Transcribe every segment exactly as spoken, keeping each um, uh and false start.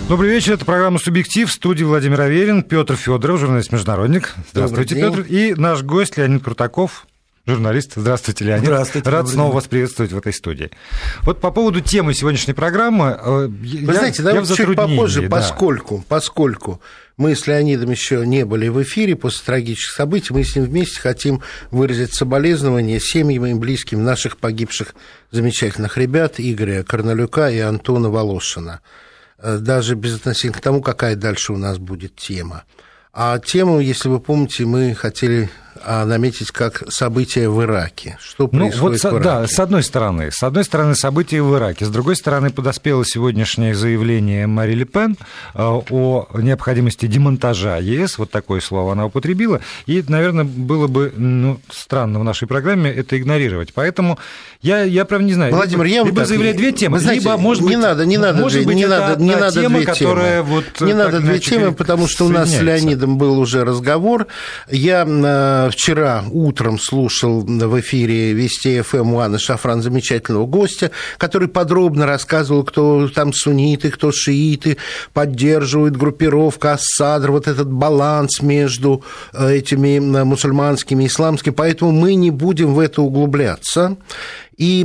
Добрый вечер, это программа «Субъектив», в студии Владимир Аверин, Петр Федоров, журналист-международник. Здравствуйте, Петр. И наш гость Леонид Крутаков, журналист. Здравствуйте, Леонид. Здравствуйте. Рад снова вас приветствовать в этой студии. Вот по поводу темы сегодняшней программы... Вы я, знаете, давайте чуть попозже, да. поскольку, поскольку мы с Леонидом еще не были в эфире после трагических событий, мы с ним вместе хотим выразить соболезнования семьям и близким наших погибших замечательных ребят Игоря Корнелюка и Антона Волошина. Даже без отношения к тому, какая дальше у нас будет тема. А тему, если вы помните, мы хотели наметить как события в Ираке. Что ну, происходит вот, в Ираке? Да, с одной стороны. С одной стороны, события в Ираке. С другой стороны, подоспело сегодняшнее заявление Мари Ле Пен о необходимости демонтажа ЕС. Вот такое слово она употребила. И, наверное, было бы ну, странно в нашей программе это игнорировать. Поэтому я, я правда, не знаю. Либо, я либо так, заявлять две темы, знаете, либо, может не быть, надо, не надо, может две, быть, не это надо, не надо тема, две которая темы. Вот не надо две темы, потому что у нас с Леонидом был уже разговор. Я вчера утром слушал в эфире Вести эф эм у Анны Шафран замечательного гостя, который подробно рассказывал, кто там сунниты, кто шииты, поддерживает группировка Ас-Садр, вот этот баланс между этими мусульманскими и исламскими, поэтому мы не будем в это углубляться. И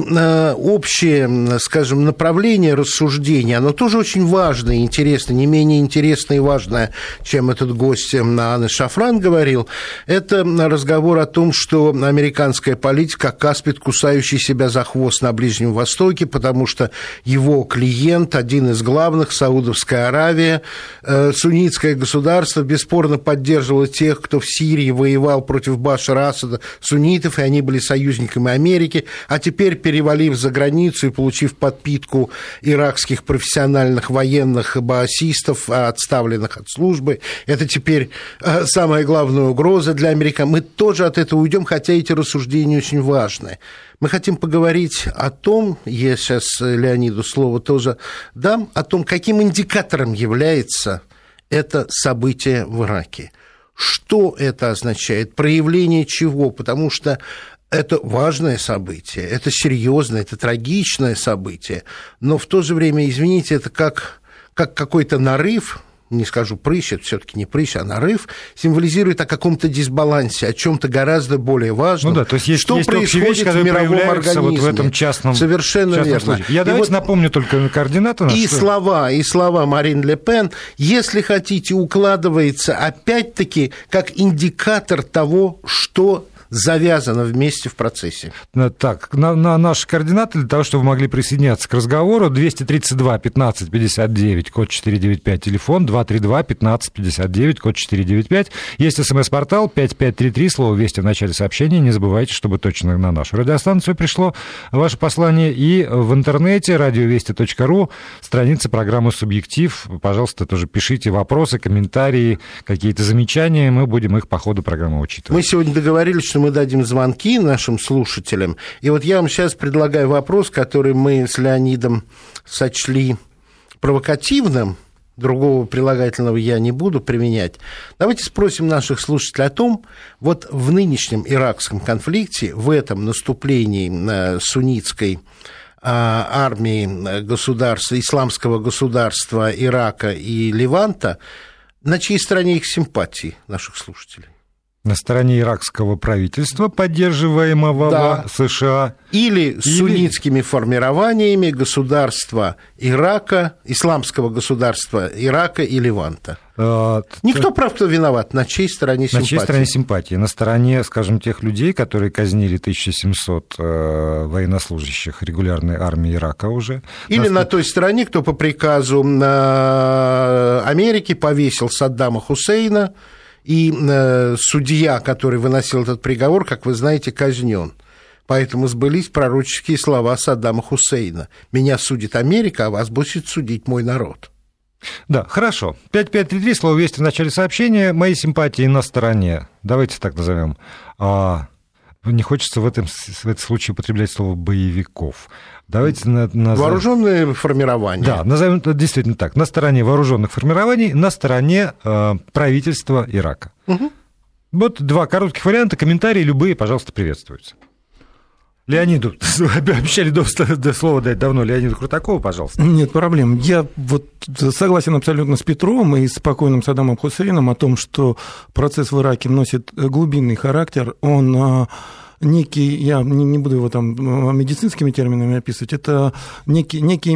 общее, скажем, направление рассуждения, оно тоже очень важное и интересное, не менее интересное и важное, чем этот гость Анны Шафран говорил. Это разговор о том, что американская политика как аспид, кусающий себя за хвост на Ближнем Востоке, потому что его клиент, один из главных, Саудовская Аравия, суннитское государство, бесспорно поддерживало тех, кто в Сирии воевал против Башара Асада, суннитов, и они были союзниками Америки, а теперь Теперь, перевалив за границу и получив подпитку иракских профессиональных военных баасистов, отставленных от службы, это теперь самая главная угроза для Америки. Мы тоже от этого уйдем, хотя эти рассуждения очень важны. Мы хотим поговорить о том, я сейчас Леониду слово тоже дам, о том, каким индикатором является это событие в Ираке. Что это означает? Проявление чего? Потому что это важное событие, это серьезное, это трагичное событие, но в то же время, извините, это как, как какой-то нарыв, не скажу прыщ, это все-таки не прыщ, а нарыв, символизирует о каком-то дисбалансе, о чем-то гораздо более важном. Ну да, то есть есть, что есть происходит вещи, в мировом организме. Вот в этом частном, Совершенно частном верно. случае. Я и давайте вот, напомню только координаты. И что... слова, и слова Марин Ле Пен, если хотите, укладывается опять-таки как индикатор того, что завязано вместе в процессе. Так, на, на наши координаты для того, чтобы вы могли присоединяться к разговору, двести тридцать два пятнадцать пятьдесят девять, код четыреста девяносто пять, телефон два три два пятнадцать пятьдесят девять, код четыреста девяносто пять. Есть смс-портал пять пять три три, слово «Вести» в начале сообщения. Не забывайте, чтобы точно на нашу радиостанцию пришло ваше послание. И в интернете радиовести точка ру, страница программы «Субъектив». Пожалуйста, тоже пишите вопросы, комментарии, какие-то замечания. Мы будем их по ходу программы учитывать. Мы сегодня договорились, что мы дадим звонки нашим слушателям. И вот я вам сейчас предлагаю вопрос, который мы с Леонидом сочли провокативным. Другого прилагательного я не буду применять. Давайте спросим наших слушателей о том, вот в нынешнем иракском конфликте, в этом наступлении суннитской армии государства, исламского государства Ирака и Леванта, на чьей стороне их симпатии наших слушателей? На стороне иракского правительства, поддерживаемого да. США. Или, Или суннитскими формированиями государства Ирака, исламского государства Ирака и Леванта. А, Никто т... прав, кто виноват. На чьей стороне симпатии? На чьей стороне симпатии? На стороне, скажем, тех людей, которые казнили тысяча семьсот э, военнослужащих регулярной армии Ирака уже. Или на... на той стороне, кто по приказу Америки повесил Саддама Хусейна, и э, судья, который выносил этот приговор, как вы знаете, казнен. Поэтому сбылись пророческие слова Саддама Хусейна. «Меня судит Америка, а вас будет судить мой народ». Да, хорошо. пять пять три три, слово «Вести» в начале сообщения. Мои симпатии на стороне. Давайте так назовем. А, не хочется в этом, в этом случае употреблять слово «боевиков». Давайте назовем... Вооруженные формирования. Да, назовем это действительно так. На стороне вооруженных формирований, на стороне э, правительства Ирака. Угу. Вот два коротких варианта. Комментарии любые, пожалуйста, приветствуются. Леониду, обещали до, до слова дать давно. Леониду Крутакову, пожалуйста. Нет проблем. Я вот согласен абсолютно с Петром и с покойным Саддамом Хусейном о том, что процесс в Ираке носит глубинный характер. Он некий, я не буду его там медицинскими терминами описывать, это некий, некий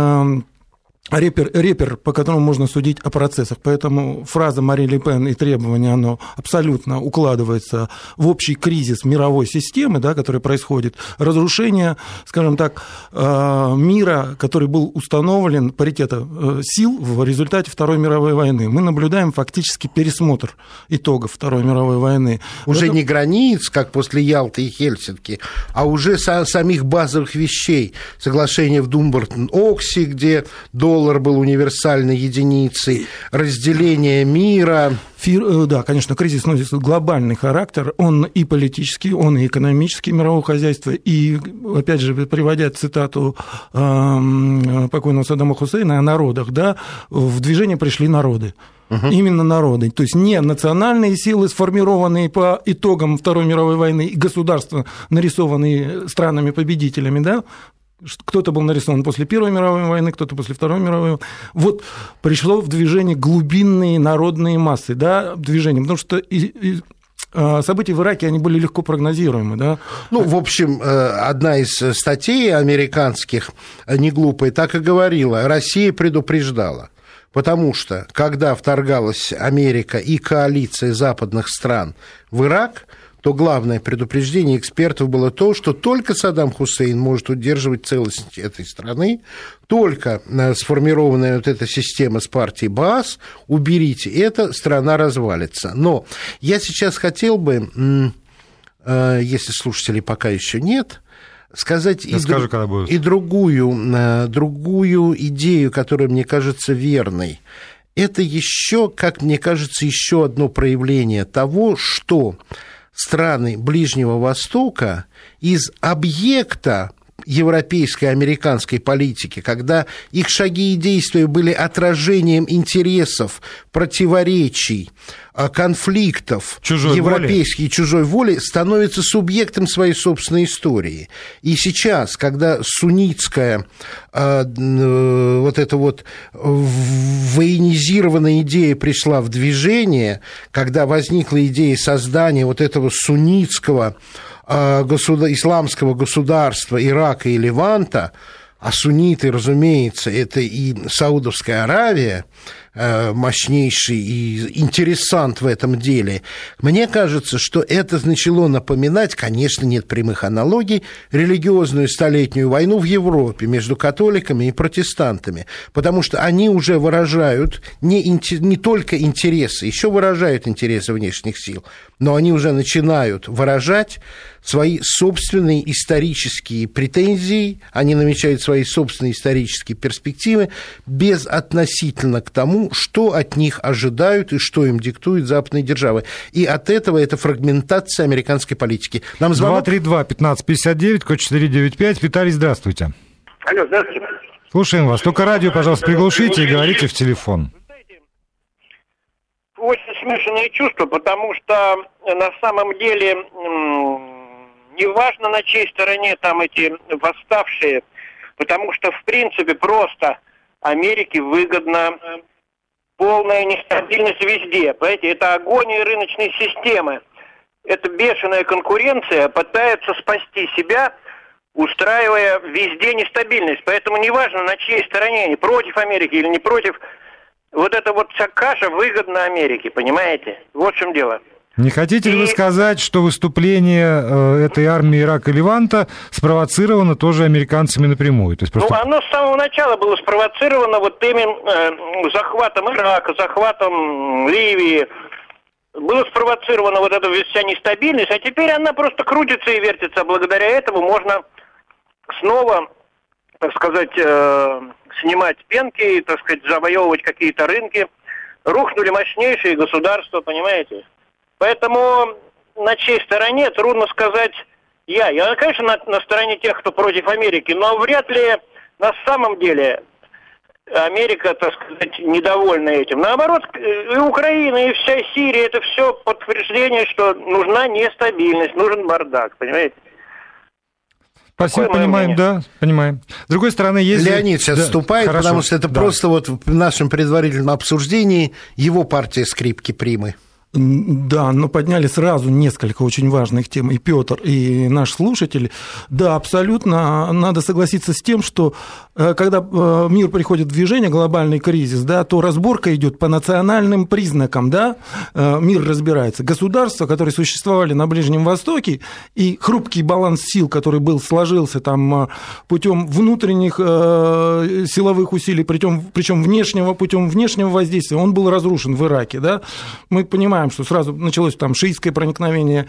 Репер, репер, по которому можно судить о процессах. Поэтому фраза Мари Ле Пен и требование, оно абсолютно укладывается в общий кризис мировой системы, да, который происходит. Разрушение, скажем так, мира, который был установлен, паритета сил в результате Второй мировой войны. Мы наблюдаем фактически пересмотр итогов Второй мировой войны. Уже этом... не границ, как после Ялты и Хельсинки, а уже самих базовых вещей. Соглашение в Думбартон-Окси, где до доллар был универсальной единицей, разделение мира. Фир, да, конечно, кризис носит глобальный характер, он и политический, он и экономический мирового хозяйства, и, опять же, приводя цитату э, покойного Саддама Хусейна о народах, да, в движение пришли народы. Угу. Именно народы, то есть не национальные силы, сформированные по итогам Второй мировой войны, и государства, нарисованные странами-победителями, да. Кто-то был нарисован после Первой мировой войны, кто-то после Второй мировой войны. Вот пришло в движение глубинные народные массы, да, движение, потому что и, и, события в Ираке, они были легко прогнозируемы, да. Ну, в общем, одна из статей американских, не глупая, так и говорила, Россия предупреждала. Потому что, когда вторгалась Америка и коалиция западных стран в Ирак, то главное предупреждение экспертов было то, что только Саддам Хусейн может удерживать целостность этой страны, только сформированная вот эта система с партией Баас, уберите это, страна развалится. Но я сейчас хотел бы, если слушателей пока еще нет, сказать и, скажу, друг, и другую, другую идею, которая мне кажется верной. Это еще, как мне кажется, еще одно проявление того, что страны Ближнего Востока из объекта европейской, американской политики, когда их шаги и действия были отражением интересов, противоречий, конфликтов чужой европейской воли. и чужой воли, становится субъектом своей собственной истории. И сейчас, когда суннитская э, вот эта вот военизированная идея пришла в движение, когда возникла идея создания вот этого суннитского Государ... исламского государства Ирака и Леванта, а сунниты, разумеется, это и Саудовская Аравия, мощнейший и интересант в этом деле. Мне кажется, что это начало напоминать, конечно, нет прямых аналогий, религиозную столетнюю войну в Европе между католиками и протестантами, потому что они уже выражают не, не только интересы, еще выражают интересы внешних сил, но они уже начинают выражать свои собственные исторические претензии, они намечают свои собственные исторические перспективы безотносительно к тому, что от них ожидают и что им диктуют западные державы. И от этого это фрагментация американской политики. Нам звонок... два три два пятнадцать пятьдесят девять, код четыре девять пять. Виталий, здравствуйте. Алло, здравствуйте. Слушаем вас. Только радио, пожалуйста, приглушите и говорите в телефон. Очень смешанные чувства, потому что на самом деле неважно, на чьей стороне там эти восставшие, потому что, в принципе, просто Америке выгодна полная нестабильность везде. Понимаете, это агония рыночной системы. Это бешеная конкуренция пытается спасти себя, устраивая везде нестабильность. Поэтому неважно, на чьей стороне они, против Америки или не против, вот эта вот вся каша выгодна Америке, понимаете? Вот в чем дело. Не хотите ли и... вы сказать, что выступление э, этой армии Ирака и Леванта спровоцировано тоже американцами напрямую? То есть просто... Ну, оно с самого начала было спровоцировано вот этим э, захватом Ирака, захватом Ливии. Было спровоцировано вот эта вся нестабильность, а теперь она просто крутится и вертится. Благодаря этому можно снова, так сказать, э, снимать пенки, так сказать, завоевывать какие-то рынки. Рухнули мощнейшие государства, понимаете? Поэтому на чьей стороне трудно сказать я. Я, конечно, на, на стороне тех, кто против Америки, но вряд ли на самом деле Америка, так сказать, недовольна этим. Наоборот, и Украина, и вся Сирия, это все подтверждение, что нужна нестабильность, нужен бардак, понимаете? Спасибо, Такое понимаем, да, понимаем. С другой стороны, есть... Леонид сейчас да, вступает, хорошо, потому что это да. просто вот в нашем предварительном обсуждении его партия скрипки примы. Да, но подняли сразу несколько очень важных тем, и Петр, и наш слушатель. Да, абсолютно надо согласиться с тем, что когда мир приходит в движение, глобальный кризис, да, то разборка идет по национальным признакам, да, мир разбирается. Государства, которые существовали на Ближнем Востоке, и хрупкий баланс сил, который был, сложился там путем внутренних силовых усилий, причем, причем внешнего, путем внешнего воздействия, он был разрушен в Ираке, да. Мы понимаем, что сразу началось там шиитское проникновение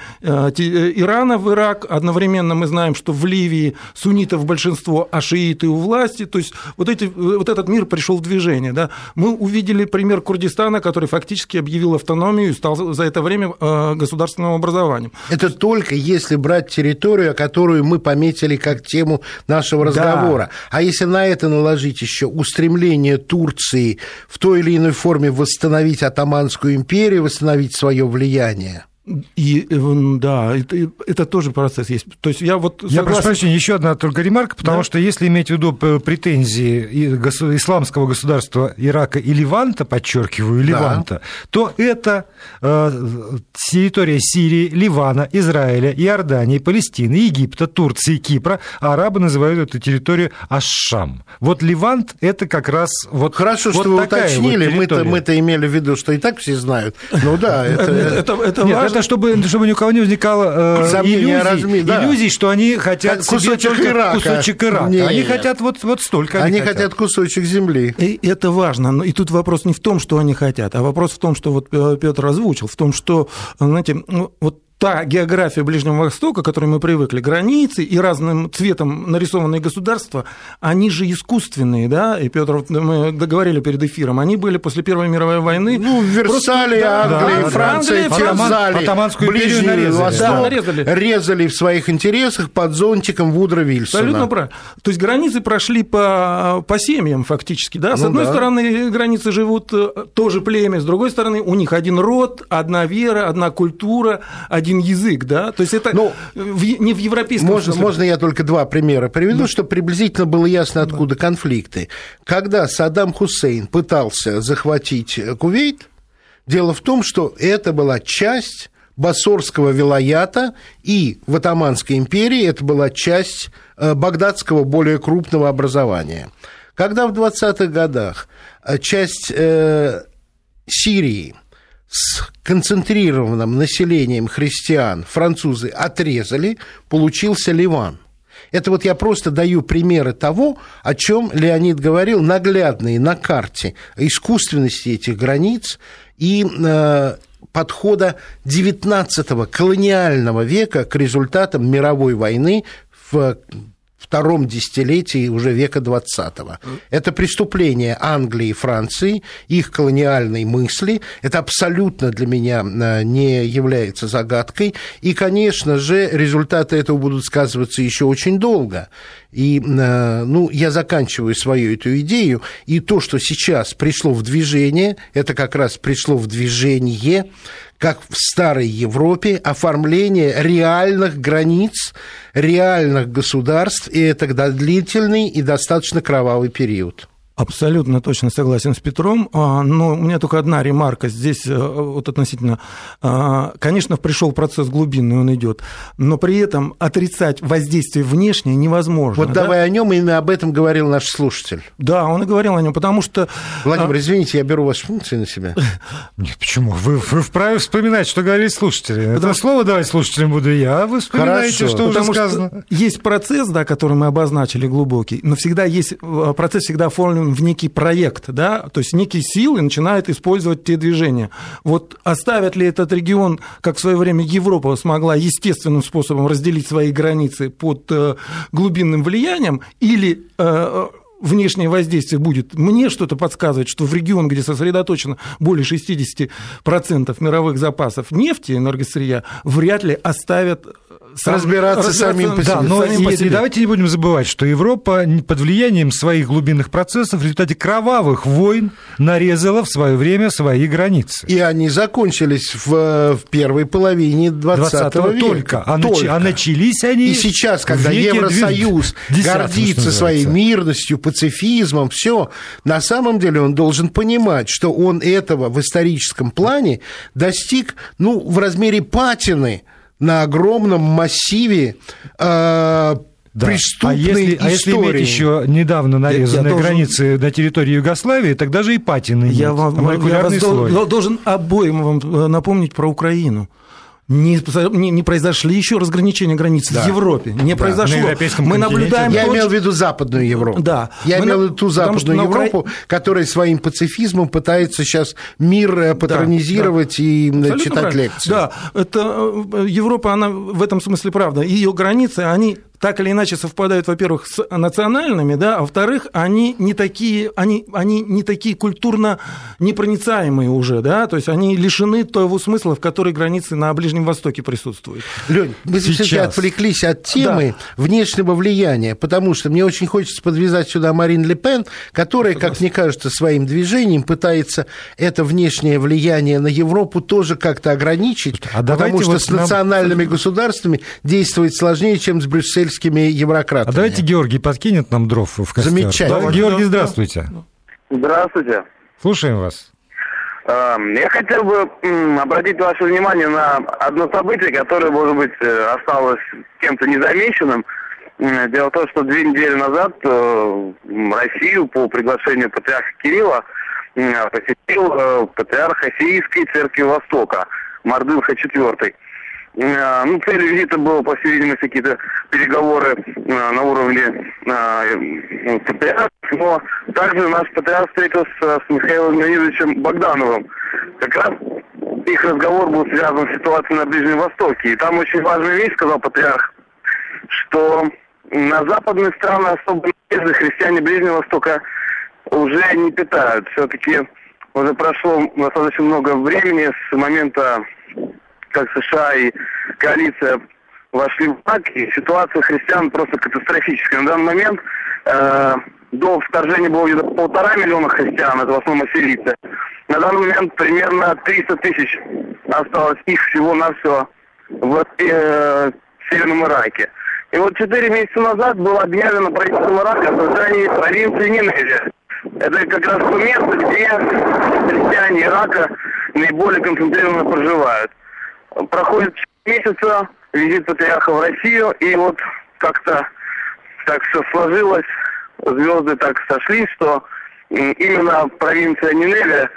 Ирана в Ирак, одновременно мы знаем, что в Ливии суннитов большинство, а шииты у власти, то есть вот, эти, вот этот мир пришел в движение. Да. Мы увидели пример Курдистана, который фактически объявил автономию и стал за это время государственным образованием. Это только если брать территорию, которую мы пометили как тему нашего разговора. Да. А если на это наложить еще устремление Турции в той или иной форме восстановить Отtomанскую империю, восстановить свое влияние. И, да, это, это тоже процесс есть. То есть я вот согласен... Я прошу прощения, еще одна только ремарка, потому да? что если иметь в виду претензии исламского государства Ирака и Леванта, подчеркиваю, Леванта, да. то это э, территория Сирии, Ливана, Израиля, Иордании, Палестины, Египта, Турции, Кипра, а арабы называют эту территорию Аш-Шам. Вот Левант – это как раз вот Хорошо, вот что вы уточнили, вот мы-то, мы-то имели в виду, что и так все знают. Ну да, это... это, это важно. Это чтобы, чтобы ни у кого не возникало э, иллюзий, разми... да. иллюзий, что они хотят как себе кусочек Ирака. кусочек Ирака. Нет. Они хотят вот, вот столько. Они, они хотят. хотят кусочек земли. И это важно. И тут вопрос не в том, что они хотят, а вопрос в том, что вот Петр озвучил, в том, что, знаете, вот та география Ближнего Востока, к которой мы привыкли, границы и разным цветом нарисованные государства, они же искусственные, да, и, Петр, мы договорили перед эфиром, они были после Первой мировой войны... Ну, в Версале, просто, Англии, да, Франции, терзали Ближний Восток, да, нарезали. резали в своих интересах под зонтиком Вудро Вильсона. Абсолютно правильно. То есть границы прошли по, по семьям фактически, да, с ну, одной да. стороны границы живут тоже племя, с другой стороны у них один род, одна вера, одна культура, один один язык, да? То есть это ну, в, не в европейском можно, смысле. Можно я только два примера приведу, да. чтобы приблизительно было ясно, откуда да. конфликты. Когда Саддам Хусейн пытался захватить Кувейт, дело в том, что это была часть Басорского вилаята, и в Отtomанской империи это была часть багдадского более крупного образования. Когда в двадцатых годах часть э, Сирии с концентрированным населением христиан французы отрезали, получился Ливан. Это вот я просто даю примеры того, о чем Леонид говорил, наглядные на карте искусственности этих границ и э, подхода девятнадцатого колониального века к результатам мировой войны в втором десятилетии уже века двадцатого. Это преступление Англии и Франции, их колониальной мысли. Это абсолютно для меня не является загадкой. И, конечно же, результаты этого будут сказываться еще очень долго. И, ну, я заканчиваю свою эту идею. И то, что сейчас пришло в движение, это как раз пришло в движение, как в старой Европе, оформление реальных границ, реальных государств, и это длительный и достаточно кровавый период. Абсолютно точно согласен с Петром, но у меня только одна ремарка здесь вот относительно. Конечно, пришел процесс глубинный, он идет, но при этом отрицать воздействие внешнее невозможно. Вот да? давай о нем, именно об этом говорил наш слушатель. Да, он и говорил о нем, потому что... Владимир, извините, я беру ваши функции на себя. Нет, почему? Вы, вы вправе вспоминать, что говорили слушатели. Это потому... слово давать слушателям буду я, а вы вспоминаете, Хорошо. что потому уже сказано. Что есть процесс, да, который мы обозначили глубокий, но всегда есть процесс, всегда оформлен в некий проект, да, то есть некие силы начинают использовать те движения. Вот оставят ли этот регион, как в свое время Европа смогла естественным способом разделить свои границы под глубинным влиянием, или внешнее воздействие будет, мне что-то подсказывает, что в регион, где сосредоточено более шестьдесят процентов мировых запасов нефти, энергосырья, вряд ли оставят сам, разбираться, разбираться самим по себе. Да, но самим и, по себе. И давайте не будем забывать, что Европа под влиянием своих глубинных процессов в результате кровавых войн нарезала в свое время свои границы. И они закончились в, в первой половине двадцатого века. Только. А, только. Нач, а начались они. И сейчас, когда Евросоюз гордится своей мирностью, пацифизмом, все, на самом деле он должен понимать, что он этого в историческом плане достиг, ну, в размере патины на огромном массиве э, да. преступной а если, истории. А если иметь еще недавно нарезанные я границы должен... на территории Югославии, тогда же и патины я нет. Вам, я вас слой. должен обоим вам напомнить про Украину. Не, не, не произошли еще разграничения границ да. в Европе. Не да. произошло. Мы наблюдаем. Я точно... имел в виду Западную Европу. Да. Я Мы имел в на... виду ту Западную Европу, Укра... которая своим пацифизмом пытается сейчас мир патронизировать да. и Абсолютно читать правильно. лекции. Да, это Европа, она в этом смысле правда. Ее границы, они так или иначе совпадают, во-первых, с национальными, да, а во-вторых, они не такие, они, они не такие культурно непроницаемые уже, да, то есть они лишены того смысла, в который границы на Ближнем Востоке присутствуют. Лёнь, мы все-таки отвлеклись от темы да. внешнего влияния, потому что мне очень хочется подвязать сюда Марин Ле Пен, которая, Согласен. как мне кажется, своим движением пытается это внешнее влияние на Европу тоже как-то ограничить, а потому что вот с национальными нам... государствами действовать сложнее, чем с брюссельскими еврократами. А давайте Георгий подкинет нам дров в костер. Замечательно. Да, Георгий, здравствуйте. Здравствуйте. Слушаем вас. Я хотел бы обратить ваше внимание на одно событие, которое, может быть, осталось кем-то незамеченным. Дело в том, что две недели назад Россию по приглашению патриарха Кирилла посетил патриарх Осетийской церкви Востока Мардынха четвёртый. Ну, целью визита было, по всей видимости, какие-то переговоры на уровне ну, патриарха, но также наш патриарх встретился с Михаилом Леонидовичем Богдановым. Как раз их разговор был связан с ситуацией на Ближнем Востоке. И там очень важную вещь сказал патриарх, что на западные страны особо надежды христиане Ближнего Востока уже не питают. Все-таки уже прошло достаточно много времени с момента, как США и коалиция вошли в ВРАГ, и ситуация христиан просто катастрофическая. На данный момент э, до вторжения было где-то полтора миллиона христиан, это в основном ассирийцы. На данный момент примерно триста тысяч осталось их всего-навсего в э, Северном Ираке. И вот четыре месяца назад было объявлено правительством Ирака о создании провинции Ниневия. Это как раз то место, где христиане Ирака наиболее концентрированно проживают. Проходит месяца, визит патриарха в Россию, и вот как-то так все сложилось, звезды так сошлись, что именно провинция Ниневия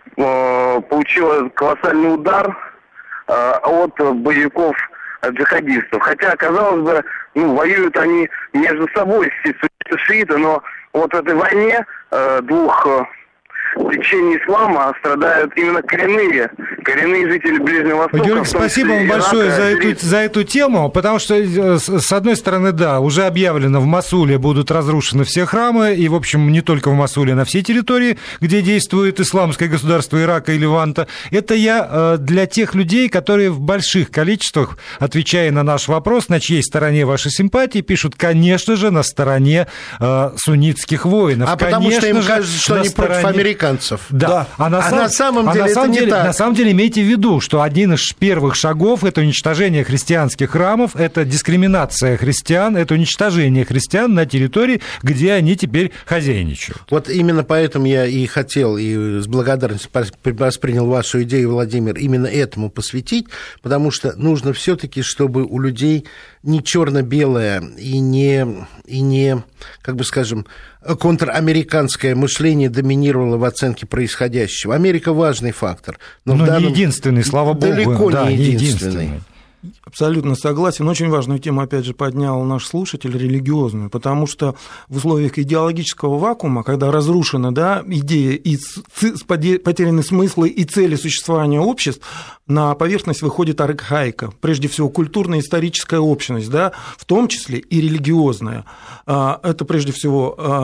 э, получила колоссальный удар э, от боевиков джихадистов. Хотя, казалось бы, ну, воюют они между собой, шииты, но вот в этой войне э, двух э, течений ислама страдают именно коренные, коренные жители Ближнего Востока. Георгий, спасибо вам большое за эту, за эту тему, потому что, с одной стороны, да, уже объявлено, в Мосуле будут разрушены все храмы, и, в общем, не только в Мосуле, а на всей территории, где действует исламское государство Ирака и Леванта. Это я для тех людей, которые в больших количествах, отвечая на наш вопрос, на чьей стороне ваши симпатии, пишут, конечно же, на стороне э, суннитских воинов. А конечно потому что им же, кажется, что они стороне... против американцев. Да. да. А, на, а сам... на самом деле а на самом это деле, не так. На самом деле имейте в виду, что один из первых шагов – это уничтожение христианских храмов, это дискриминация христиан, это уничтожение христиан на территории, где они теперь хозяйничают. Вот именно поэтому я и хотел, и с благодарностью воспринял вашу идею, Владимир, именно этому посвятить, потому что нужно все-таки, чтобы у людей не черно-белое и не, и не, как бы скажем, контрамериканское мышление доминировало в оценке происходящего. Америка важный фактор. Но, но данном... не единственный, слава богу. Далеко да, не единственный. единственный. Абсолютно согласен. Очень важную тему, опять же, поднял наш слушатель, религиозную, потому что в условиях идеологического вакуума, когда разрушена, да, идея и потеряны смыслы и цели существования обществ, на поверхность выходит архаика, прежде всего культурно-историческая общность, да, в том числе и религиозная. Это прежде всего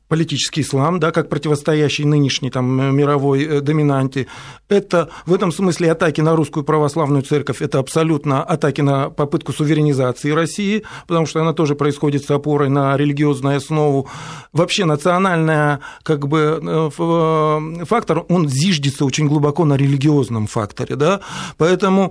политический ислам, да, как противостоящий нынешней там, мировой доминанте. Это в этом смысле атаки на русскую православную церковь, это абсолютно атаки на попытку суверенизации России, потому что она тоже происходит с опорой на религиозную основу. Вообще национальный как бы, фактор, он зиждется очень глубоко на религиозном факторе. Да? Поэтому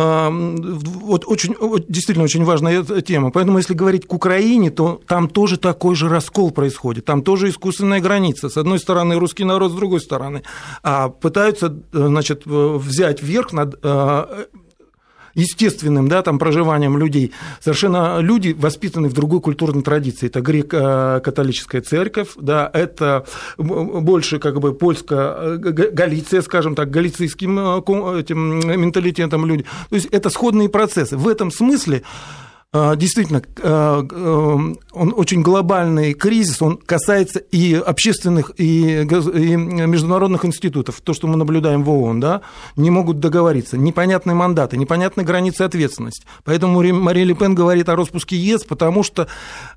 вот, очень, действительно очень важная тема. Поэтому если говорить к Украине, то там тоже такой же раскол происходит, там тоже искусственная граница. С одной стороны русский народ, с другой стороны. А пытаются, значит, взять верх над естественным, да, там, проживанием людей. Совершенно люди воспитаны в другой культурной традиции. Это греко-католическая церковь, да, это больше как бы польско-галиция, скажем так, галицийским этим менталитетом люди. То есть это сходные процессы. В этом смысле действительно, он очень глобальный кризис, он касается и общественных, и международных институтов. То, что мы наблюдаем в ООН, да, не могут договориться. Непонятные мандаты, непонятные границы ответственности. Поэтому Марин Ле Пен говорит о распуске ЕС, потому что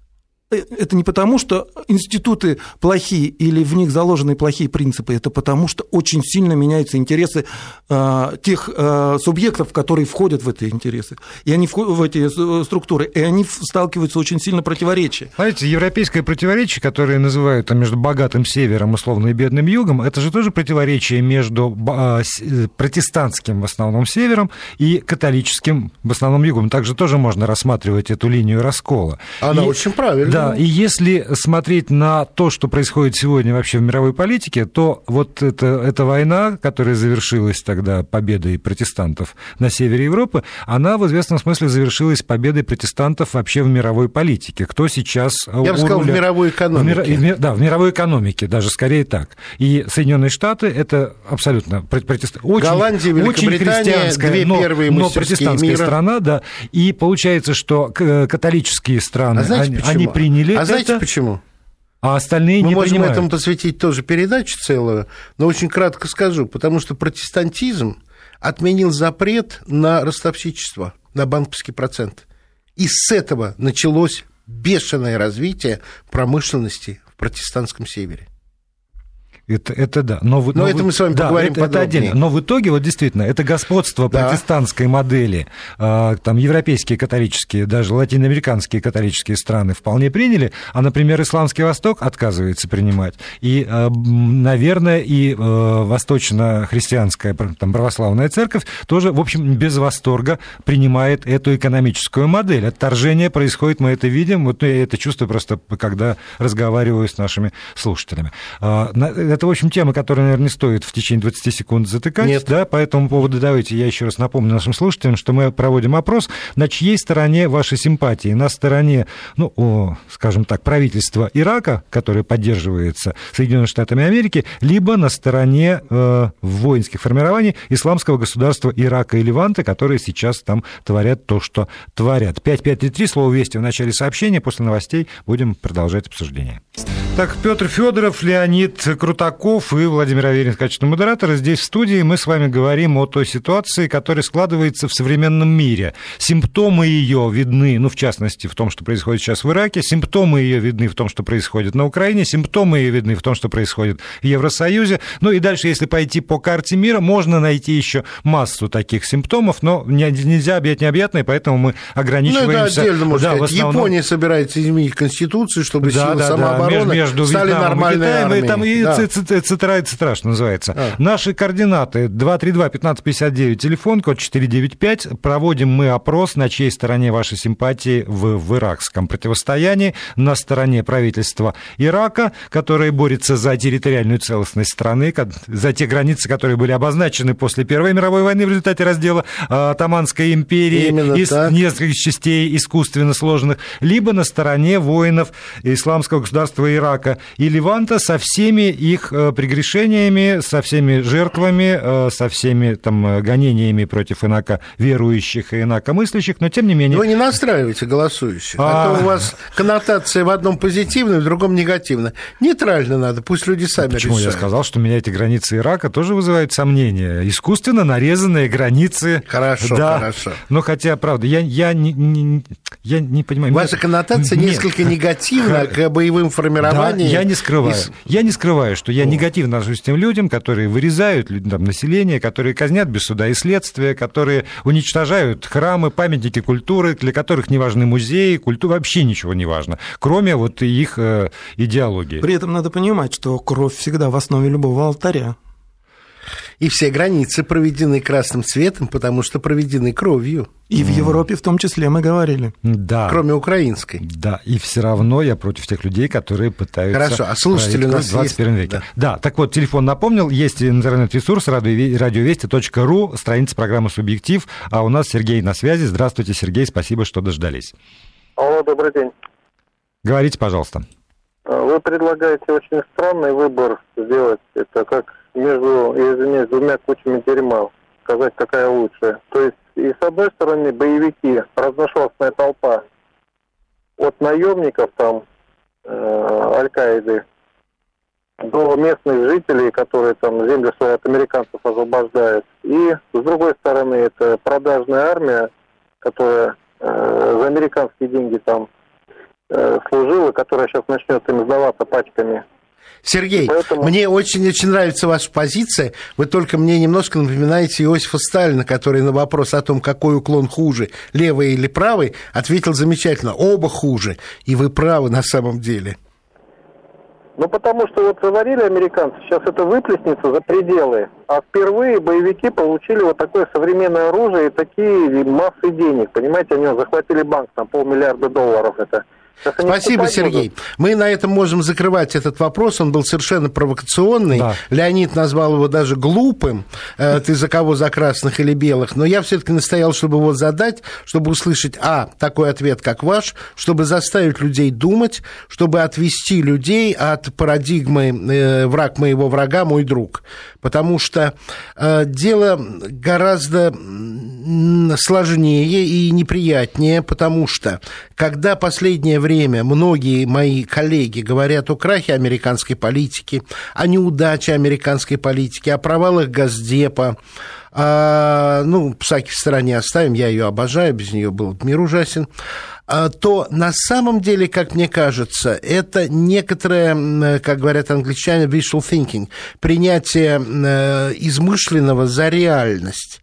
это не потому, что институты плохие или в них заложены плохие принципы, это потому, что очень сильно меняются интересы э, тех э, субъектов, которые входят в эти интересы, и они входят в эти структуры, и они сталкиваются очень сильно противоречия. Знаете, европейское противоречие, которое называют между богатым севером, условно, и бедным югом, это же тоже противоречие между протестантским в основном севером и католическим в основном югом. Также тоже можно рассматривать эту линию раскола. Она и... очень правильная. Да, и если смотреть на то, что происходит сегодня вообще в мировой политике, то вот эта, эта война, которая завершилась тогда победой протестантов на севере Европы, она в известном смысле завершилась победой протестантов вообще в мировой политике. Кто сейчас... Я бы сказал, руля... в мировой экономике. В мир... Да, в мировой экономике, даже скорее так. И Соединенные Штаты — это абсолютно протест... очень, Голландия, Великобритания, две но, первые но мастерские протестантская мира. Страна, да. И получается, что католические страны, а знаете, они, они приняли А это, знаете почему? А остальные Мы не можем принимают. этому посвятить тоже передачу целую, но очень кратко скажу, потому что протестантизм отменил запрет на ростовщичество, на банковский процент. И с этого началось бешеное развитие промышленности в протестантском севере. Это, это да. Но, но, но это мы с вами да, поговорим это, подробнее. Это отдельно. Но в итоге, вот действительно, это господство да. протестантской модели, там европейские католические, даже латиноамериканские католические страны вполне приняли, а, например, Исламский Восток отказывается принимать. И, наверное, и восточно-христианская там, православная церковь тоже, в общем, без восторга принимает эту экономическую модель. Отторжение происходит, мы это видим, вот я это чувствую просто, когда разговариваю с нашими слушателями. Это, в общем, тема, которая, наверное, не стоит в течение двадцати секунд затыкать. Нет. Да, по этому поводу давайте я еще раз напомню нашим слушателям, что мы проводим опрос, на чьей стороне ваши симпатии. На стороне, ну, о, скажем так, правительства Ирака, которое поддерживается Соединенными Штатами Америки, либо на стороне э, воинских формирований исламского государства Ирака и Леванта, которые сейчас там творят то, что творят. пять пять три три, слово «Вести» в начале сообщения, после новостей будем продолжать обсуждение. Так, Петр Федоров, Леонид Крутаков и Владимир Аверин, качественный модератор. Здесь в студии мы с вами говорим о той ситуации, которая складывается в современном мире. Симптомы ее видны, ну, в частности, в том, что происходит сейчас в Ираке, симптомы ее видны в том, что происходит на Украине, симптомы ее видны в том, что происходит в Евросоюзе. Ну и дальше, если пойти по карте мира, можно найти еще массу таких симптомов, но нельзя объять необъятное, поэтому мы ограничиваемся... Ну, это отдельно, можно да, сказать. основном... Япония собирается изменить Конституцию, чтобы да, силы да, самообороны да, между стали Вьетнамом нормальной и Китаем, армией. И там и да. цитра, цитра, что называется. А. Наши координаты два три два пятнадцать пятьдесят девять, телефон, код четыре девять пять. Проводим мы опрос, на чьей стороне ваши симпатии в, в иракском противостоянии. На стороне правительства Ирака, которое борется за территориальную целостность страны, за те границы, которые были обозначены после Первой мировой войны в результате раздела Отtomанской империи Именно из так. нескольких частей искусственно сложенных, либо на стороне воинов исламского государства Ирака и Леванта со всеми их их прегрешениями, со всеми жертвами, со всеми там гонениями против инаковерующих и инакомыслящих, но тем не менее... Вы не настраивайте голосующих, а, а то у вас коннотация в одном позитивная, в другом негативная. Нейтрально надо, пусть люди сами Почему решают. Я сказал, что меня эти границы Ирака тоже вызывают сомнения. Искусственно нарезанные границы. Хорошо, да. хорошо. Но хотя, правда, я, я, не, не, я не понимаю... Ваша нет, коннотация нет. несколько негативна к боевым формированиям. Да, я не скрываю. И... Я не скрываю, что я О. негативно отношусь к тем людям, которые вырезают там, население, которые казнят без суда и следствия, которые уничтожают храмы, памятники культуры, для которых не важны музеи, культура, вообще ничего не важно, кроме вот их э, идеологии. При этом надо понимать, что кровь всегда в основе любого алтаря. И все границы проведены красным цветом, потому что проведены кровью. И в Европе в том числе мы говорили. Да. Кроме украинской. Да, и все равно я против тех людей, которые пытаются... Хорошо, а слушатели у нас в двадцать первом есть... веке. Да. да, так вот, телефон напомнил, есть интернет-ресурс радиовести точка ру, страница программы «Субъектив», а у нас Сергей на связи. Здравствуйте, Сергей, спасибо, что дождались. Алло, добрый день. Говорите, пожалуйста. Вы предлагаете очень странный выбор сделать. Это как между, я извиняюсь, двумя кучами дерьма. Сказать, какая лучшая. То есть, и с одной стороны, боевики, разношерстная толпа. От наемников там, э, Аль-Каиды, до местных жителей, которые там землю свою от американцев освобождают. И, с другой стороны, это продажная армия, которая э, за американские деньги там э, служила, которая сейчас начнет им сдаваться пачками. Сергей, поэтому... мне очень-очень нравится ваша позиция. Вы только мне немножко напоминаете Иосифа Сталина, который на вопрос о том, какой уклон хуже, левый или правый, ответил замечательно: оба хуже. И вы правы на самом деле. Ну, потому что вот заварили американцы, сейчас это выплеснется за пределы. А впервые боевики получили вот такое современное оружие и такие массы денег. Понимаете, они захватили банк, там полмиллиарда долларов это. Спасибо, Сергей. Будут. Мы на этом можем закрывать этот вопрос. Он был совершенно провокационный. Да. Леонид назвал его даже глупым. Ты за кого, за красных или белых? Но я все-таки настоял, чтобы его задать, чтобы услышать, а, такой ответ, как ваш, чтобы заставить людей думать, чтобы отвести людей от парадигмы «враг моего врага, мой друг». Потому что дело гораздо сложнее и неприятнее, потому что, когда последнее время время многие мои коллеги говорят о крахе американской политики, о неудаче американской политики, о провалах Госдепа. А, ну, Псаки в стороне оставим, я ее обожаю, без нее был бы мир ужасен. А, то на самом деле, как мне кажется, это некоторое, как говорят англичане, visual thinking, принятие измышленного за реальность.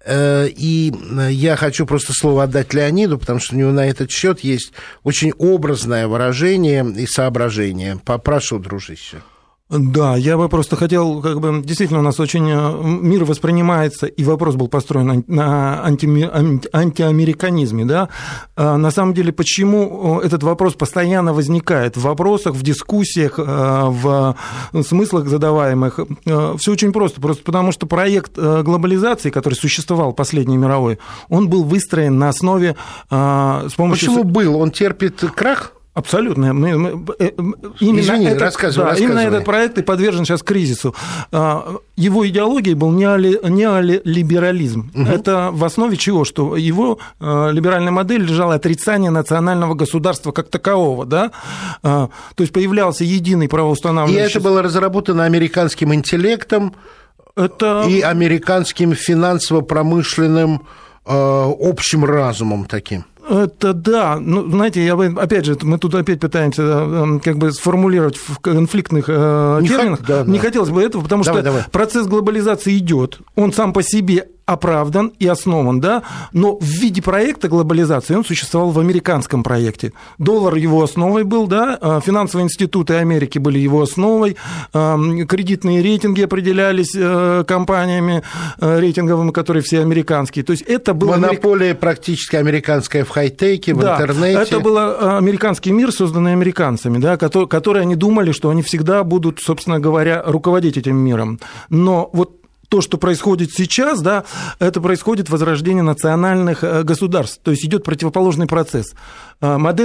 И я хочу просто слово отдать Леониду, потому что у него на этот счет есть очень образное выражение и соображение. Попрошу, дружище. Да, я бы просто хотел, как бы, действительно, у нас очень мир воспринимается, и вопрос был построен на анти, антиамериканизме, да. На самом деле, почему этот вопрос постоянно возникает в вопросах, в дискуссиях, в смыслах задаваемых? Все очень просто, просто потому что проект глобализации, который существовал последний мировой, он был выстроен на основе с помощью... Почему был? Он терпит крах? Абсолютно. Мы, мы, именно, Извини, этот, рассказывай, да, рассказывай. именно этот проект и подвержен сейчас кризису. Его идеологией был неолиберализм. Угу. Это в основе чего? Что его либеральная модель лежала отрицание национального государства как такового. Да? То есть появлялся единый правоустанавливающий... И это было разработано американским интеллектом это... и американским финансово-промышленным общим разумом таким. Это да, ну, знаете, я, опять же, мы тут опять пытаемся как бы сформулировать в конфликтных не терминах. Х... Да, не да. хотелось бы этого, потому давай, что давай. Процесс глобализации идет, он сам по себе оправдан и основан, да, но в виде проекта глобализации он существовал в американском проекте. Доллар его основой был, да, финансовые институты Америки были его основой, кредитные рейтинги определялись компаниями рейтинговыми, которые все американские. То есть это был монополия америк... практически американская в хай-теке, в да, интернете. Это был американский мир, созданный американцами, да, который, которые они думали, что они всегда будут, собственно говоря, руководить этим миром. Но вот то, что происходит сейчас, да, это происходит возрождение национальных государств, то есть идет противоположный процесс. Модель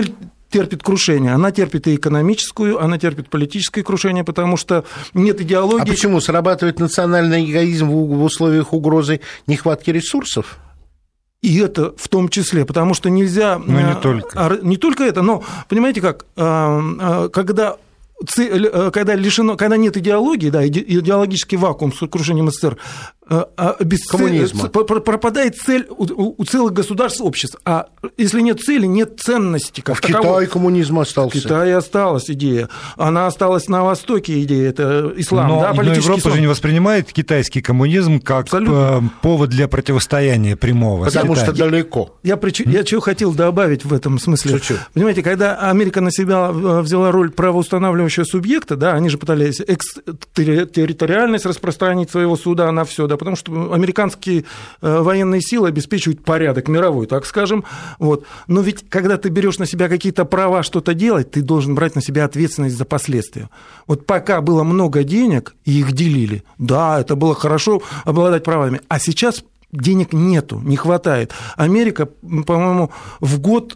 терпит крушение. Она терпит и экономическую, она терпит политическое крушение, потому что нет идеологии. А почему? Срабатывает национальный эгоизм в условиях угрозы нехватки ресурсов? И это в том числе, потому что нельзя... Но не только. Не только это, но, понимаете как, когда... Когда, лишено, когда нет идеологии, да, идеологический вакуум с крушением СССР, без коммунизма. Цель, пропадает цель у, у целых государств, обществ. А если нет цели, нет ценности. Как в Китае коммунизм остался. В Китае осталась идея. Она осталась на Востоке, идея, это ислам. Но, да, но Европа ислам. же не воспринимает китайский коммунизм как Абсолютно. повод для противостояния прямого. Потому что далеко. Я, я чего хотел добавить в этом смысле. Чуть-чуть. Понимаете, когда Америка на себя взяла роль правоустанавливающего субъекта, да, они же пытались экстерриториальность распространить своего суда на все, да, потому что американские военные силы обеспечивают порядок мировой, так скажем. Вот. Но ведь, когда ты берешь на себя какие-то права что-то делать, ты должен брать на себя ответственность за последствия. Вот пока было много денег, и их делили, да, это было хорошо обладать правами, а сейчас денег нету, не хватает. Америка, по-моему, в год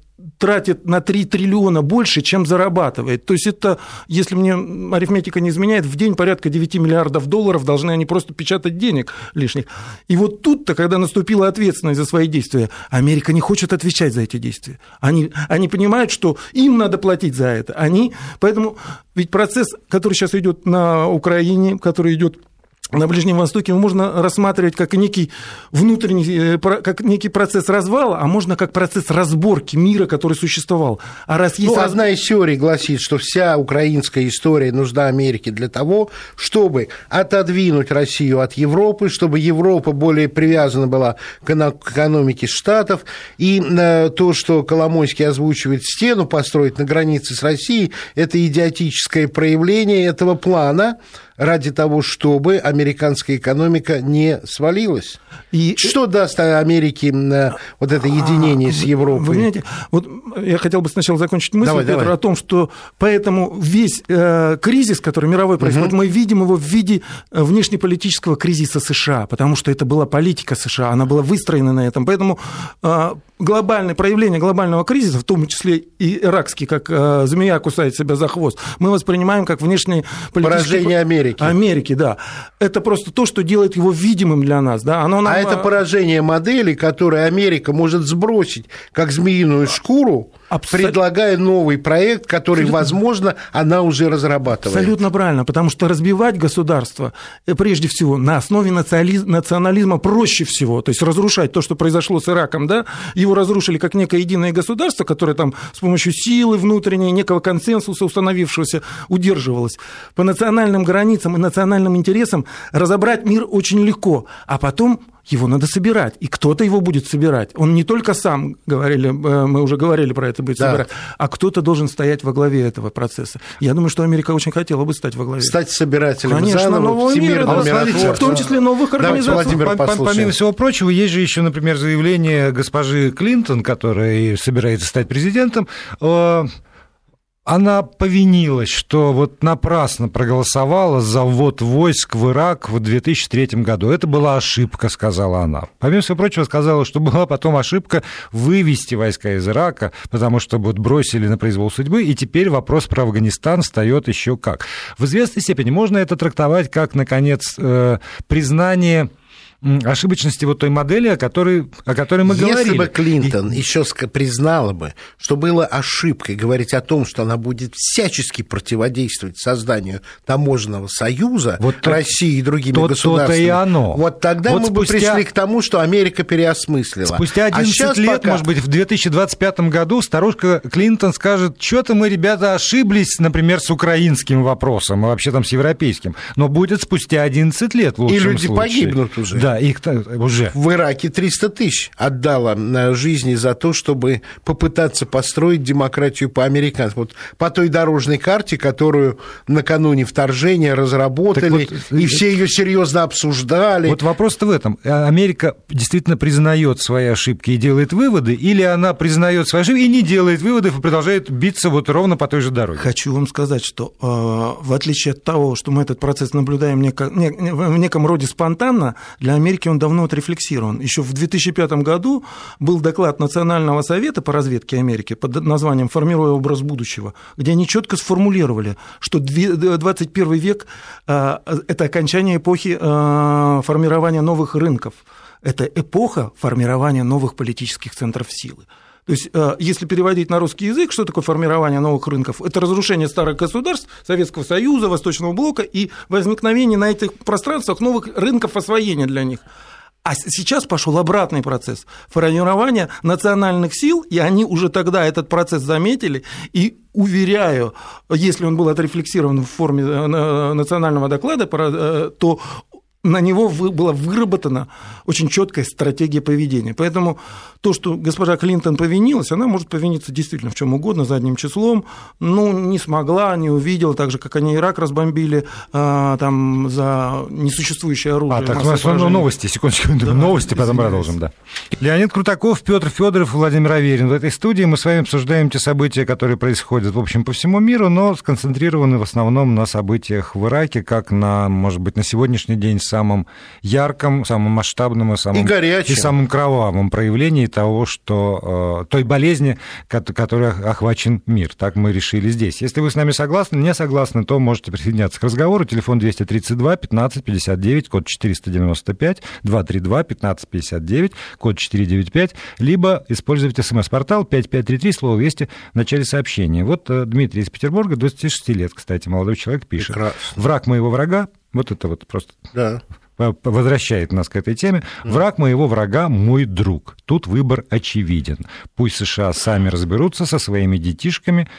тратит на три триллиона больше, чем зарабатывает. То есть это, если мне арифметика не изменяет, в день порядка девять миллиардов долларов должны они просто печатать денег лишних. И вот тут-то, когда наступила ответственность за свои действия, Америка не хочет отвечать за эти действия. Они, они понимают, что им надо платить за это. Они, поэтому ведь процесс, который сейчас идет на Украине, который идет на Ближнем Востоке, можно рассматривать как некий внутренний, как некий процесс развала, а можно как процесс разборки мира, который существовал. А раз есть ну, раз... одна из теорий гласит, что вся украинская история нужна Америке для того, чтобы отодвинуть Россию от Европы, чтобы Европа более привязана была к экономике Штатов, и то, что Коломойский озвучивает стену построить на границе с Россией, это идиотическое проявление этого плана, ради того, чтобы американская экономика не свалилась. И что даст Америке вот это единение а, с Европой? Вы понимаете, вот я хотел бы сначала закончить мысль, давай, Петр, давай. о том, что поэтому весь э, кризис, который мировой происходит, угу. мы видим его в виде внешнеполитического кризиса США, потому что это была политика США, она была выстроена на этом. Поэтому э, глобальное проявление глобального кризиса, в том числе и иракский, как э, змея кусает себя за хвост, мы воспринимаем как внешнеполитическое... Поражение Америки. Америки, да. Это просто то, что делает его видимым для нас. Да? Оно нам... А это поражение модели, которую Америка может сбросить как змеиную шкуру, Абсолютно. предлагая новый проект, который, Абсолютно. возможно, она уже разрабатывает. Абсолютно правильно, потому что разбивать государство, прежде всего, на основе национализма проще всего, то есть разрушать то, что произошло с Ираком, да, его разрушили как некое единое государство, которое там с помощью силы внутренней, некого консенсуса установившегося удерживалось. По национальным границам и национальным интересам разобрать мир очень легко, а потом его надо собирать, и кто-то его будет собирать. Он не только сам, говорили, мы уже говорили про это, будет да. собирать, а кто-то должен стоять во главе этого процесса. Я думаю, что Америка очень хотела бы стать во главе. Стать собирателем Конечно, заново, нового мира, да, в том числе новых организаций. Помимо всего прочего, есть же еще, например, заявление госпожи Клинтон, которая собирается стать президентом. Она повинилась, что вот напрасно проголосовала за ввод войск в Ирак в две тысячи третьем году. Это была ошибка, сказала она. Помимо всего прочего, сказала, что была потом ошибка вывести войска из Ирака, потому что вот бросили на произвол судьбы, и теперь вопрос про Афганистан встает еще как. В известной степени можно это трактовать как, наконец, признание ошибочности вот той модели, о которой, о которой мы Если говорили. Если бы Клинтон и... еще признала бы, что было ошибкой говорить о том, что она будет всячески противодействовать созданию таможенного союза вот России и другими то, государствами, то-то и оно. Вот тогда вот мы спустя... бы пришли к тому, что Америка переосмыслила. Спустя одиннадцать а лет, пока... может быть, в две тысячи двадцать пятом году старушка Клинтон скажет, что-то мы, ребята, ошиблись, например, с украинским вопросом, а вообще там с европейским. Но будет спустя одиннадцать лет в лучшем случае. И люди случае. погибнут уже. Да. Да, их уже. В Ираке триста тысяч отдало жизни за то, чтобы попытаться построить демократию по-американски. Вот по той дорожной карте, которую накануне вторжения разработали, вот, и все ее серьезно обсуждали. Вот вопрос-то в этом. Америка действительно признает свои ошибки и делает выводы, или она признает свои ошибки и не делает выводов и продолжает биться вот ровно по той же дороге? Хочу вам сказать, что в отличие от того, что мы этот процесс наблюдаем в неком роде спонтанно, для Америке он давно отрефлексирован. Еще в две тысячи пятом году был доклад Национального совета по разведке Америки под названием «Формируя образ будущего», где они четко сформулировали, что двадцать первый век – это окончание эпохи формирования новых рынков, это эпоха формирования новых политических центров силы. То есть, если переводить на русский язык, что такое формирование новых рынков? Это разрушение старых государств, Советского Союза, Восточного блока и возникновение на этих пространствах новых рынков освоения для них. А сейчас пошел обратный процесс формирования национальных сил, и они уже тогда этот процесс заметили, и, уверяю, если он был отрефлексирован в форме национального доклада, то на него была выработана очень четкая стратегия поведения. Поэтому то, что госпожа Клинтон повинилась, она может повиниться действительно в чем угодно, задним числом, ну, не смогла, не увидела, так же, как они Ирак разбомбили а, там, за несуществующее оружие. А, так, ну, ну, новости, секундочку, да, новости, потом продолжим, да. Леонид Крутаков, Петр Федоров, Владимир Аверин. В этой студии мы с вами обсуждаем те события, которые происходят, в общем, по всему миру, но сконцентрированы в основном на событиях в Ираке, как на, может быть, на сегодняшний день самым ярком, самым масштабным и самым, и и самым кровавым проявлении того, что, той болезни, которой охвачен мир. Так мы решили здесь. Если вы с нами согласны, не согласны, то можете присоединяться к разговору. Телефон двести тридцать два пятнадцать пятьдесят девять, код четыреста девяносто пять, двести тридцать два пятнадцать пятьдесят девять, код четыреста девяносто пять, либо используйте смс-портал пять пять три три, слово «Вести» в начале сообщения. Вот Дмитрий из Петербурга, двадцати шести лет, кстати, молодой человек, пишет. Прекрасно. «Враг моего врага», вот это вот просто... Да. Возвращает нас к этой теме. «Враг моего врага – мой друг». Тут выбор очевиден. Пусть США сами разберутся со своими детишками,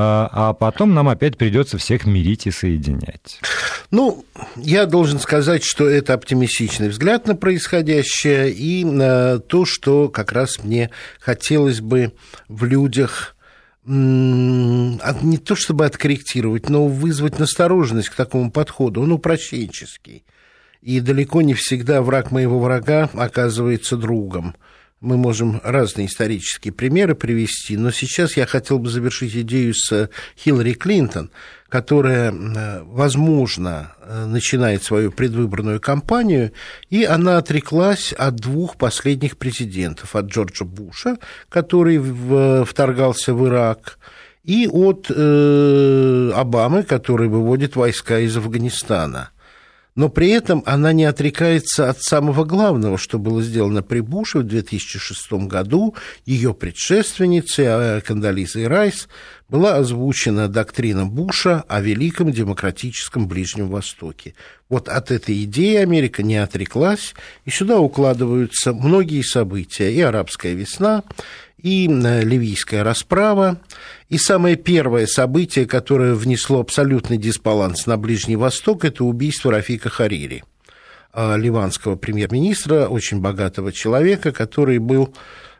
а потом нам опять придется всех мирить и соединять. Ну, я должен сказать, что это оптимистичный взгляд на происходящее и на то, что как раз мне хотелось бы в людях... не то чтобы откорректировать, но вызвать настороженность к такому подходу. Он упрощенческий. И далеко не всегда враг моего врага оказывается другом. Мы можем разные исторические примеры привести, но сейчас я хотел бы завершить идею с Хиллари Клинтон, которая, возможно, начинает свою предвыборную кампанию, и она отреклась от двух последних президентов, от Джорджа Буша, который вторгался в Ирак, и от э, Обамы, который выводит войска из Афганистана. Но при этом она не отрекается от самого главного, что было сделано при Буше в две тысячи шестом году. Ее предшественницей Кондолизой Райс была озвучена доктрина Буша о великом демократическом Ближнем Востоке. Вот от этой идеи Америка не отреклась, и сюда укладываются многие события: и арабская весна, и ливийская расправа, и самое первое событие, которое внесло абсолютный дисбаланс на Ближний Восток, это убийство Рафика Харири, ливанского премьер-министра, очень богатого человека, который был,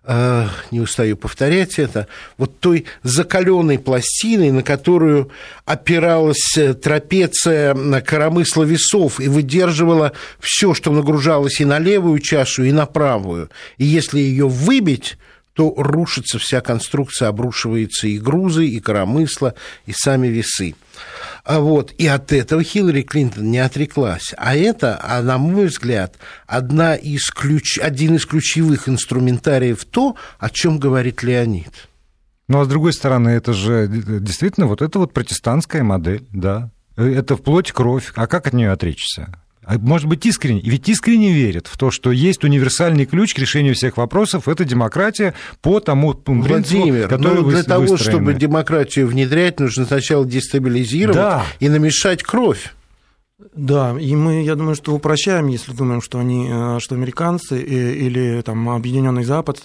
не устаю повторять это, вот той закаленной пластиной, на которую опиралась трапеция коромысла весов и выдерживала все, что нагружалось и на левую чашу, и на правую. И если ее выбить, то рушится вся конструкция, обрушиваются и грузы, и коромысла, и сами весы. А вот, и от этого Хиллари Клинтон не отреклась. А это, а на мой взгляд, одна из ключ... один из ключевых инструментариев то, о чем говорит Леонид. Ну, а с другой стороны, это же действительно вот это вот протестантская модель, да. Это вплоть кровь. А как от нее отречься? Может быть, искренне, и ведь искренне верят в то, что есть универсальный ключ к решению всех вопросов, это демократия по тому принципу, Владимир, который ну, для того, выстроены. Чтобы демократию внедрять, нужно сначала дестабилизировать, да, и намешать кровь. Да, и мы, я думаю, что упрощаем, если думаем, что они, что американцы или там Объединенный Запад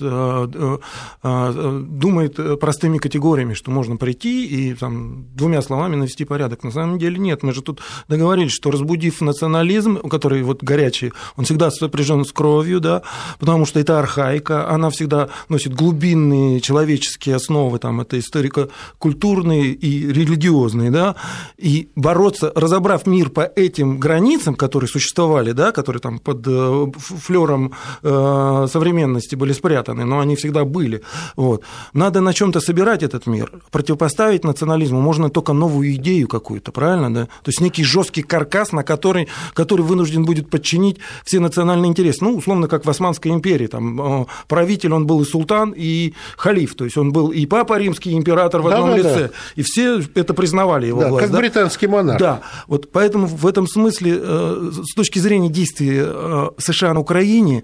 думают простыми категориями, что можно прийти и там двумя словами навести порядок. На самом деле нет. Мы же тут договорились, что разбудив национализм, который вот горячий, он всегда сопряжен с кровью, да, потому что это архаика, она всегда носит глубинные человеческие основы, там это историко-культурные и религиозные, да, и бороться, разобрав мир по этим этим границам, которые существовали, да, которые там под флером современности были спрятаны, но они всегда были. Вот. Надо на чем-то собирать этот мир. Противопоставить национализму можно только новую идею какую-то, правильно? Да? То есть некий жесткий каркас, на который, который вынужден будет подчинить все национальные интересы. Ну, условно, как в Османской империи. Там правитель, он был и султан, и халиф. То есть он был и папа римский, и император в одном да, лице. Да. И все это признавали его да, власть. Как да? британский монарх. Да. Вот поэтому в этом смысле, с точки зрения действий США на Украине,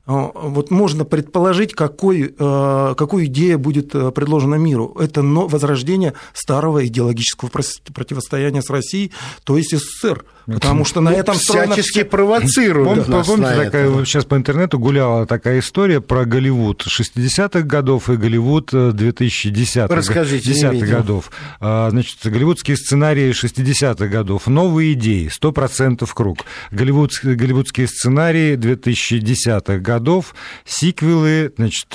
вот можно предположить, какой, какую идею будет предложена миру. Это возрождение старого идеологического противостояния с Россией, то есть СССР. Потому что ну, на этом всячески все... провоцируют. Пом- помните, такая, сейчас по интернету гуляла такая история про Голливуд шестидесятых годов и Голливуд две тысячи десятых годов. Значит, голливудские сценарии шестидесятых годов, новые идеи, сто процентов круг. Голливуд, голливудские сценарии две тысячи десятых годов, сиквелы, значит,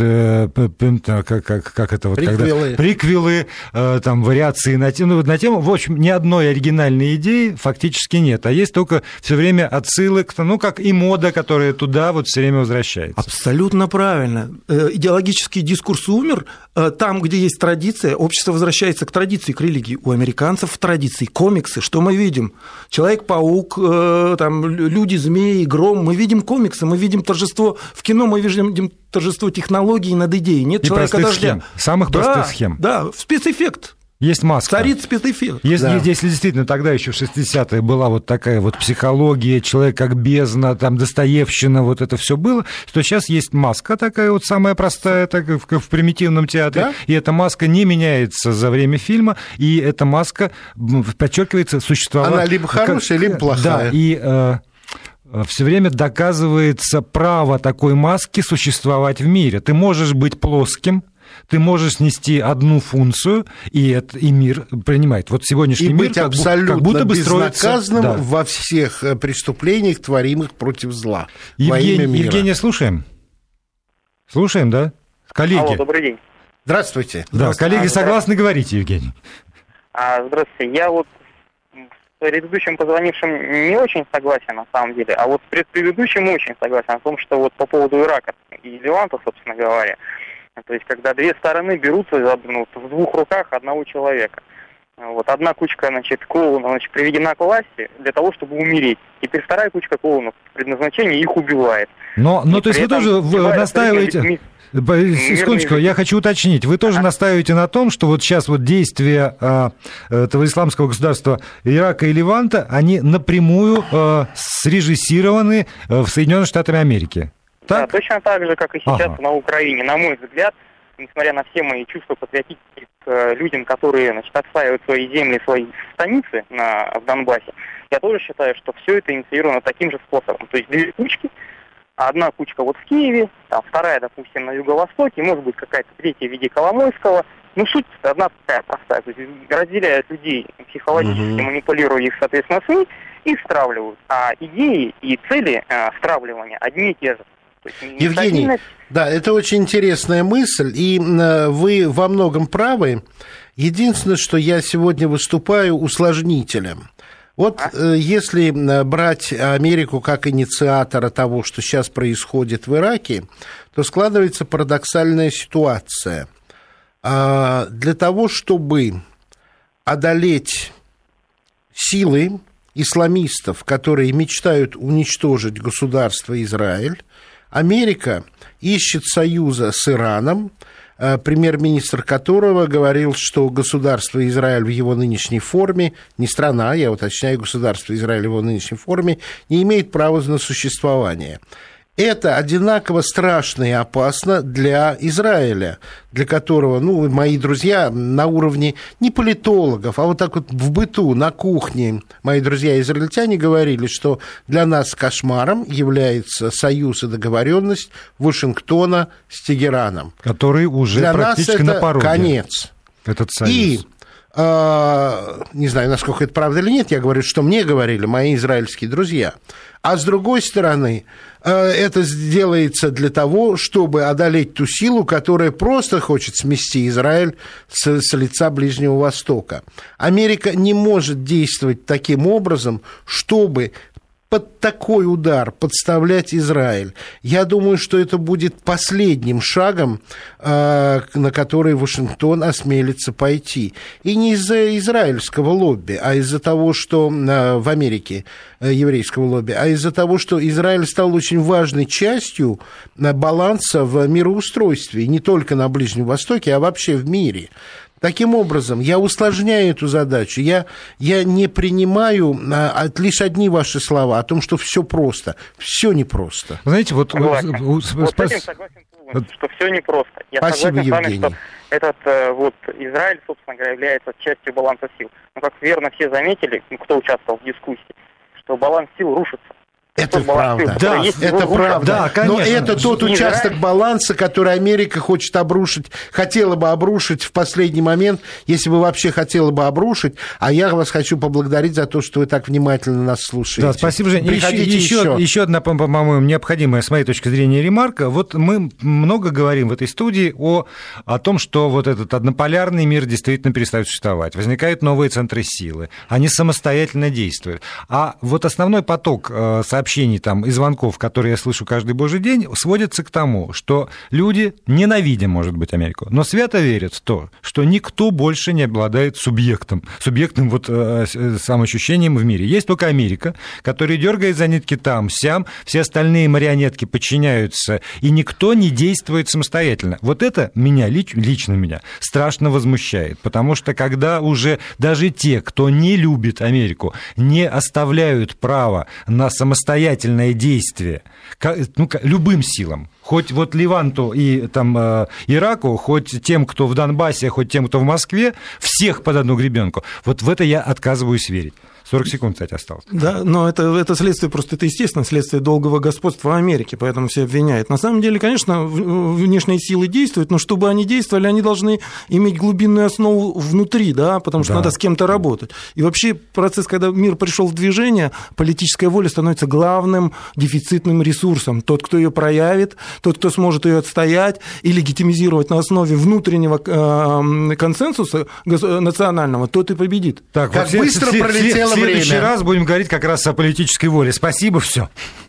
как, как, как это вот приквелы. Когда, приквелы, там, вариации на тему, на тему. В общем, ни одной оригинальной идеи фактически нет. А есть только все время отсылы, ну, как и мода, которая туда вот все время возвращается. Абсолютно правильно. Идеологический дискурс умер. Там, где есть традиция, общество возвращается к традиции, к религии. У американцев традиции, комиксы. Что мы видим? Человек-паук, там, люди-змеи, гром. Мы видим комиксы, мы видим торжество. В кино мы видим торжество технологий над идеей. Нет и человека-дождя. Схем. Самых да, простых схем. Да, спецэффект. Есть маска. Царит спецэффект. Если, да. если действительно тогда еще в шестидесятые была вот такая вот психология, человек как бездна, там Достоевщина, вот это все было, то сейчас есть маска такая вот самая простая, так, в, в примитивном театре, да? И эта маска не меняется за время фильма, и эта маска подчеркивается существование. Она либо хорошая, как, либо плохая. Да, и... Э, все время доказывается право такой маски существовать в мире. Ты можешь быть плоским, ты можешь нести одну функцию, и, это, и мир принимает. Вот сегодняшний и мир быть как, абсолютно как будто бы безнаказанным строится, да. во всех преступлениях, творимых против зла. Евгений, во имя мира. Евгения, слушаем? Слушаем, да? Коллеги. Алло, добрый день. Здравствуйте. Да, Здравствуйте. коллеги а, согласны, говорите, Евгений. А, здравствуйте. Я вот с предыдущим позвонившим не очень согласен, на самом деле, а вот с предыдущим очень согласен о том, что вот по поводу Ирака и Леванта, собственно говоря, то есть когда две стороны берутся ну, в двух руках одного человека. Вот одна кучка, значит, клоунов, значит, приведена к власти для того, чтобы умереть. Теперь вторая кучка клоунов предназначение их убивает. Но, но то есть вы тоже настаиваете... Секундочку, я хочу уточнить. Вы тоже а? настаиваете на том, что вот сейчас вот действия а, этого исламского государства Ирака и Леванта, они напрямую а, срежиссированы в Соединенных Штатах Америки? Так? Да, точно так же, как и сейчас ага. на Украине. На мой взгляд, несмотря на все мои чувства патриотические к людям, которые, значит, отстаивают свои земли, свои станицы на, в Донбассе, я тоже считаю, что все это инициировано таким же способом. То есть две кучки. Одна кучка вот в Киеве, там вторая, допустим, на юго-востоке, может быть, какая-то третья в виде Коломойского. Ну, суть одна такая простая. То есть разделяют людей, психологически mm-hmm. манипулируя их, соответственно, СМИ, и стравливают. А идеи и цели э, стравливания одни и те же. То есть, Евгений, да, это очень интересная мысль, и э, вы во многом правы. Единственное, что я сегодня выступаю усложнителем. Вот а? если брать Америку как инициатора того, что сейчас происходит в Ираке, то складывается парадоксальная ситуация. Для того, чтобы одолеть силы исламистов, которые мечтают уничтожить государство Израиль, Америка ищет союза с Ираном, премьер-министр которого говорил, что государство Израиль в его нынешней форме, не страна, я уточняю, государство Израиль в его нынешней форме, не имеет права на существование. Это одинаково страшно и опасно для Израиля, для которого, ну, мои друзья на уровне не политологов, а вот так вот в быту, на кухне, мои друзья-израильтяне говорили, что для нас кошмаром является союз и договоренность Вашингтона с Тегераном. Который уже для практически нас это на пороге. Конец. Этот союз. И не знаю, насколько это правда или нет, я говорю, что мне говорили мои израильские друзья. А с другой стороны, это делается для того, чтобы одолеть ту силу, которая просто хочет смести Израиль с, с лица Ближнего Востока. Америка не может действовать таким образом, чтобы под такой удар подставлять Израиль. Я думаю, что это будет последним шагом, на который Вашингтон осмелится пойти. И не из-за израильского лобби, а из-за того, что в Америке еврейского лобби, а из-за того, что Израиль стал очень важной частью баланса в мироустройстве, не только на Ближнем Востоке, а вообще в мире. Таким образом, я усложняю эту задачу, я, я не принимаю а, лишь одни ваши слова о том, что все просто. Все непросто. Знаете, вот... Согласен. Вот с этим согласен полностью, что все непросто. Я Спасибо, согласен Евгений. с вами, что этот вот Израиль, собственно говоря, является частью баланса сил. Но, как верно все заметили, ну, кто участвовал в дискуссии, что баланс сил рушится. Это правда. Да, это правда. Да, конечно. Но это тот участок баланса, который Америка хочет обрушить, хотела бы обрушить в последний момент, если бы вообще хотела бы обрушить. А я вас хочу поблагодарить за то, что вы так внимательно нас слушаете. Да, спасибо, Жень. Приходите еще, еще. еще одна, по-моему, необходимая, с моей точки зрения, ремарка. Вот мы много говорим в этой студии о, о том, что вот этот однополярный мир действительно перестает существовать. Возникают новые центры силы. Они самостоятельно действуют. А вот основной поток сообщений сообщений там, и звонков, которые я слышу каждый божий день, сводится к тому, что люди, ненавидя, может быть, Америку, но свято верят в то, что никто больше не обладает субъектом, субъектным вот э, самоощущением в мире. Есть только Америка, которая дергает за нитки там, сям, все остальные марионетки подчиняются, и никто не действует самостоятельно. Вот это меня, лично меня, страшно возмущает, потому что когда уже даже те, кто не любит Америку, не оставляют права на самостоятельность, самостоятельное действие ну, любым силам, хоть вот Леванту и там, э, Ираку, хоть тем, кто в Донбассе, хоть тем, кто в Москве, всех под одну гребенку, вот в это я отказываюсь верить. сорок секунд, кстати, осталось. Да, но это, это следствие, просто это естественно, следствие долгого господства Америки, поэтому все обвиняют. На самом деле, конечно, внешние силы действуют, но чтобы они действовали, они должны иметь глубинную основу внутри, да, потому что да. надо с кем-то работать. И вообще процесс, когда мир пришел в движение, политическая воля становится главным дефицитным ресурсом. Тот, кто ее проявит, тот, кто сможет ее отстоять и легитимизировать на основе внутреннего консенсуса национального, тот и победит. Так, как вот быстро все, пролетело В следующий время. раз будем говорить как раз о политической воле. Спасибо, все.